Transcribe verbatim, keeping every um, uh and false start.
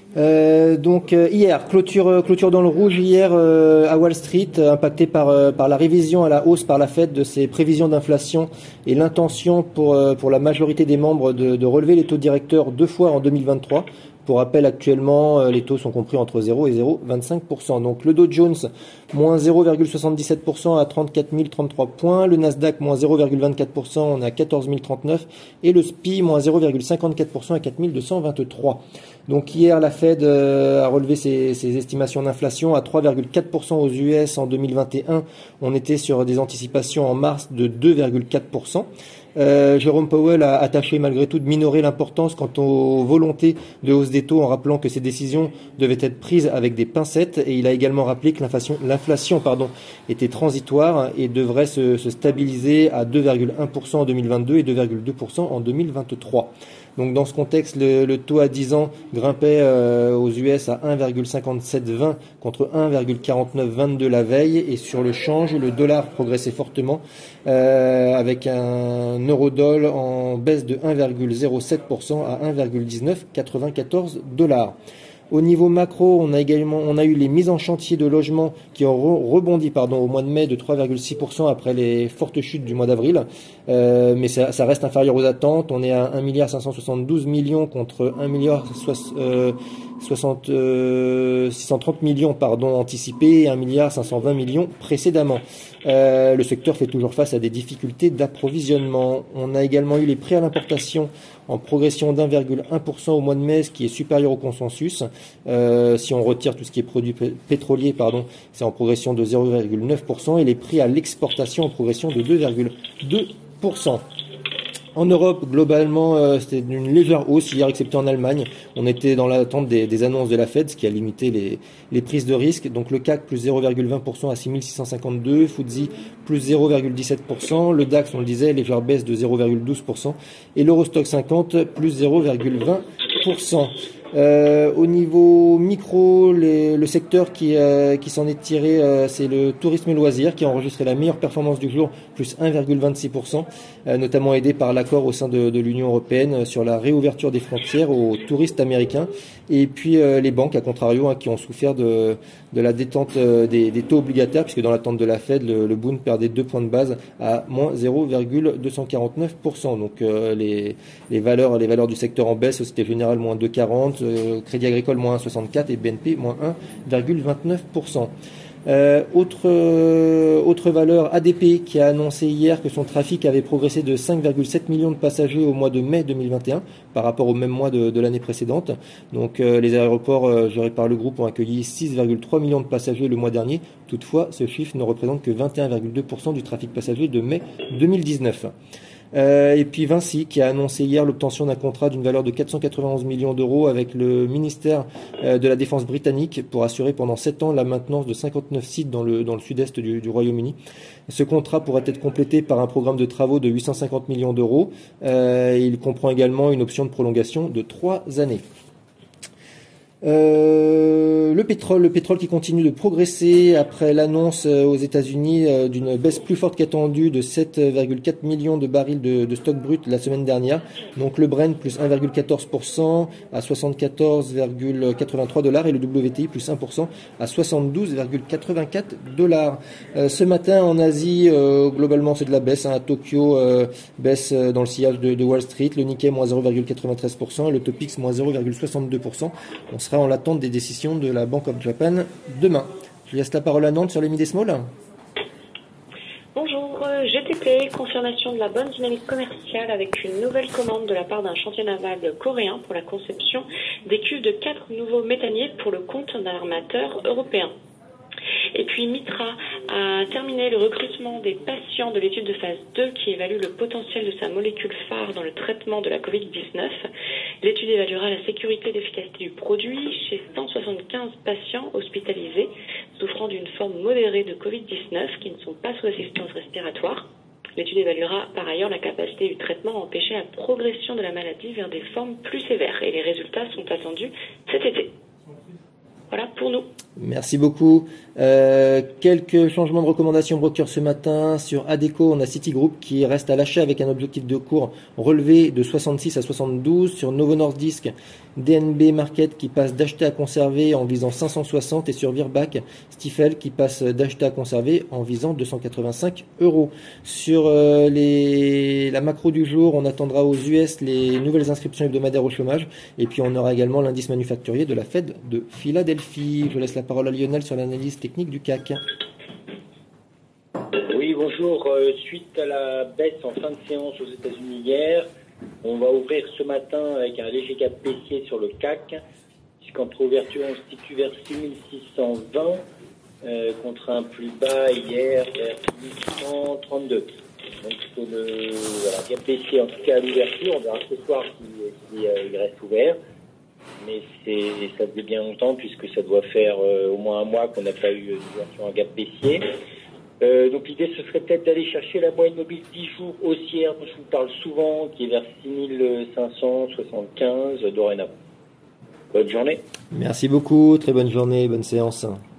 Euh, donc euh, hier, clôture, clôture dans le rouge hier euh, à Wall Street, impacté par, euh, par la révision à la hausse par la Fed de ses prévisions d'inflation et l'intention pour, euh, pour la majorité des membres de, de relever les taux directeurs deux fois en deux mille vingt-trois. Pour rappel, actuellement, euh, les taux sont compris entre zéro et zéro virgule vingt-cinq pour cent. Donc le Dow Jones, moins zéro virgule soixante-dix-sept pour cent à trente-quatre mille trente-trois points. Le Nasdaq, moins zéro virgule vingt-quatre pour cent, on est à quatorze mille trente-neuf. Et le S P I, moins zéro virgule cinquante-quatre pour cent à quatre mille deux cent vingt-trois. Donc hier, la Fed euh, a relevé ses, ses estimations d'inflation à trois virgule quatre pour cent aux U S en deux mille vingt et un. On était sur des anticipations en mars de deux virgule quatre pour cent. Euh, Jérôme Powell a attaché malgré tout de minorer l'importance quant aux volontés de hausse des taux en rappelant que ces décisions devaient être prises avec des pincettes, et il a également rappelé que l'inflation, l'inflation pardon, était transitoire et devrait se, se stabiliser à deux virgule un pour cent en deux mille vingt-deux et deux virgule deux pour cent en deux mille vingt-trois. Donc dans ce contexte, le, le taux à dix ans grimpait euh, aux U S à un virgule cinquante-sept vingt contre un virgule quarante-neuf vingt-deux la veille, et sur le change, le dollar progressait fortement euh, avec un euro-dollar en baisse de un virgule zéro sept pour cent à un virgule dix-neuf quatre-vingt-quatorze dollars. Au niveau macro, on a également on a eu les mises en chantier de logements qui ont rebondi pardon, au mois de mai de trois virgule six pour cent après les fortes chutes du mois d'avril. Euh, mais ça, ça reste inférieur aux attentes. On est à un milliard cinq cent soixante-douze millions contre un milliard six cent trente millions pardon, anticipés et un milliard cinq cent vingt millions précédemment. Euh, le secteur fait toujours face à des difficultés d'approvisionnement. On a également eu les prix à l'importation en progression d'un virgule un pour cent au mois de mai, ce qui est supérieur au consensus. Euh, si on retire tout ce qui est produit pétrolier, pardon, c'est en progression de zéro virgule neuf pour cent, et les prix à l'exportation en progression de deux virgule deux pour cent. En Europe, globalement, euh, c'était une légère hausse hier, excepté en Allemagne. On était dans l'attente des, des annonces de la Fed, ce qui a limité les, les prises de risque. Donc le C A C plus zéro virgule vingt pour cent à six mille six cent cinquante-deux, F T S E plus zéro virgule dix-sept pour cent, le DAX, on le disait, légère baisse de zéro virgule douze pour cent, et l'Eurostock cinquante plus zéro virgule vingt pour cent. Euh, au niveau micro, les, le secteur qui, euh, qui s'en est tiré, euh, c'est le tourisme et loisirs qui a enregistré la meilleure performance du jour, plus un virgule vingt-six pour cent, euh, notamment aidé par l'accord au sein de, de l'Union européenne sur la réouverture des frontières aux touristes américains. Et puis euh, les banques, à contrario, hein, qui ont souffert de, de la détente euh, des, des taux obligataires, puisque dans l'attente de la Fed, le, le Bund perdait deux points de base à moins zéro virgule deux cent quarante-neuf pour cent. Donc euh, les, les, valeurs, les valeurs du secteur en baisse, Société Générale moins deux virgule quarante, euh, Crédit Agricole moins un virgule soixante-quatre et B N P moins un virgule vingt-neuf pour cent. Euh, autre, euh, autre valeur, A D P, qui a annoncé hier que son trafic avait progressé de cinq virgule sept millions de passagers au mois de mai deux mille vingt et un par rapport au même mois de, de l'année précédente. Donc euh, les aéroports euh, gérés par le groupe ont accueilli six virgule trois millions de passagers le mois dernier. Toutefois, ce chiffre ne représente que vingt et un virgule deux pour cent du trafic passager de mai deux mille dix-neuf. Euh, et puis Vinci, qui a annoncé hier l'obtention d'un contrat d'une valeur de quatre cent quatre-vingt-onze millions d'euros avec le ministère euh, de la Défense britannique pour assurer pendant sept ans la maintenance de cinquante-neuf sites dans le, dans le sud-est du, du Royaume-Uni. Ce contrat pourrait être complété par un programme de travaux de huit cent cinquante millions d'euros. Euh, il comprend également une option de prolongation de trois années. Euh, le pétrole, le pétrole qui continue de progresser après l'annonce euh, aux États-Unis euh, d'une baisse plus forte qu'attendue de sept virgule quatre millions de barils de, de stock brut la semaine dernière. Donc le Brent plus un virgule quatorze pour cent à soixante-quatorze virgule quatre-vingt-trois dollars et le W T I plus un pour cent à soixante-douze virgule quatre-vingt-quatre dollars. Euh, ce matin en Asie, euh, globalement c'est de la baisse. Hein, à Tokyo, euh, baisse dans le sillage de, de Wall Street. Le Nikkei moins zéro virgule quatre-vingt-treize pour cent et le Topix moins zéro virgule soixante-deux pour cent. On sera en l'attente des décisions de la Bank of Japan demain. Je laisse la parole à Nantes sur les mid-small. Bonjour, G T T, confirmation de la bonne dynamique commerciale avec une nouvelle commande de la part d'un chantier naval coréen pour la conception des cuves de quatre nouveaux méthaniers pour le compte d'un armateur européen. Et puis Mitra a terminé le recrutement des patients de l'étude de phase deux qui évalue le potentiel de sa molécule phare dans le traitement de la covid dix-neuf. L'étude évaluera la sécurité et l'efficacité du produit chez cent soixante-quinze patients hospitalisés souffrant d'une forme modérée de covid dix-neuf qui ne sont pas sous assistance respiratoire. L'étude évaluera par ailleurs la capacité du traitement à empêcher la progression de la maladie vers des formes plus sévères et les résultats sont attendus cet été. Voilà pour nous. Merci beaucoup. Euh, quelques changements de recommandations broker ce matin. Sur Adecco, on a Citigroup qui reste à l'achat avec un objectif de cours relevé de soixante-six à soixante-douze. Sur Novo Nordisk, D N B Market qui passe d'acheter à conserver en visant cinq cent soixante. Et sur Virbac, Stifel qui passe d'acheter à conserver en visant deux cent quatre-vingt-cinq euros. Sur euh, les, la macro du jour, on attendra aux U S les nouvelles inscriptions hebdomadaires au chômage. Et puis on aura également l'indice manufacturier de la Fed de Philadelphie. Je laisse la parole à Lionel sur l'analyse technique du C A C. Oui, bonjour. Euh, suite à la baisse en fin de séance aux États-Unis hier, on va ouvrir ce matin avec un léger gap baissier sur le C A C, puisqu'en préouverture, on se situe vers six mille six cent vingt, euh, contre un plus bas hier vers six mille cent trente-deux. Donc, c'est le voilà, gap baissier, en tout cas à l'ouverture. On verra ce soir s'il si, si, euh, reste ouvert. Mais c'est, ça faisait bien longtemps puisque ça doit faire euh, au moins un mois qu'on n'a pas eu d'ouverture en gap baissier. Euh, donc l'idée ce serait peut-être d'aller chercher la moyenne mobile dix jours haussière dont je vous parle souvent, qui est vers six mille cinq cent soixante-quinze dorénavant. Bonne journée. Merci beaucoup, très bonne journée, bonne séance.